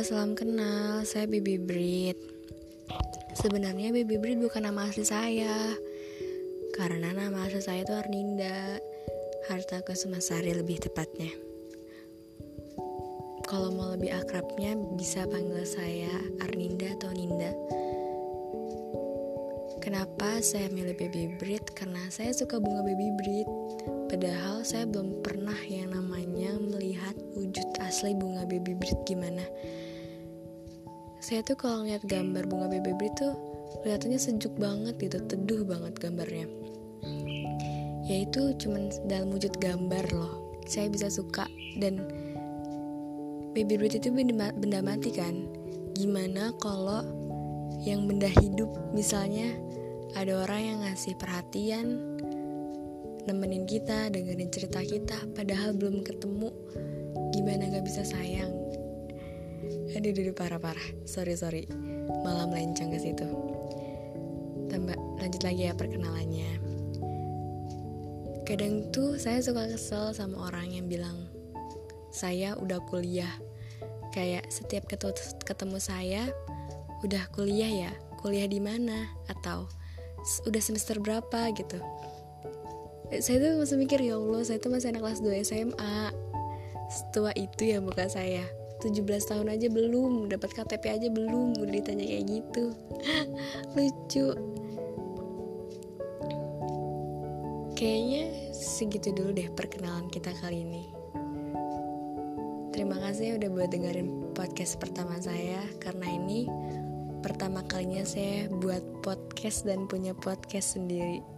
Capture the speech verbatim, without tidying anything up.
salam kenal, saya Baby Brit. Sebenarnya Baby Brit bukan nama asli saya, karena nama asli saya itu Arninda Harta Kusumasari lebih tepatnya. Kalau mau lebih akrabnya bisa panggil saya Arninda atau Ninda. Kenapa saya milih Baby Brit? Karena saya suka bunga Baby Brit. Padahal saya belum pernah yang namanya melihat wujud asli bunga Baby Brit gimana. Saya tuh kalau ngeliat gambar bunga Baby Brit tuh kelihatannya sejuk banget gitu, teduh banget gambarnya. Yaitu cuman dalam wujud gambar loh, saya bisa suka. Dan Baby Brit itu benda, benda mati kan. Gimana kalau yang benda hidup, misalnya ada orang yang ngasih perhatian, nemenin kita, dengerin cerita kita, padahal belum ketemu, gimana gak bisa sayang? Aduh, aduh, parah-parah. Sorry, sorry. Malah melenceng ke situ. Tambah, lanjut lagi ya perkenalannya. Kadang tuh saya suka kesel sama orang yang bilang, saya udah kuliah. Kayak setiap ketemu, ketemu saya, udah kuliah ya? Kuliah di mana? Atau udah semester berapa gitu? Saya tuh masih mikir, ya Allah, saya tuh masih anak kelas dua S M A. Setua itu ya muka saya, tujuh belas tahun aja belum, dapat K T P aja belum, udah ditanya kayak gitu. Lucu. Kayaknya segitu dulu deh perkenalan kita kali ini. Terima kasih udah buat dengerin podcast pertama saya, karena ini pertama kalinya saya buat podcast dan punya podcast sendiri.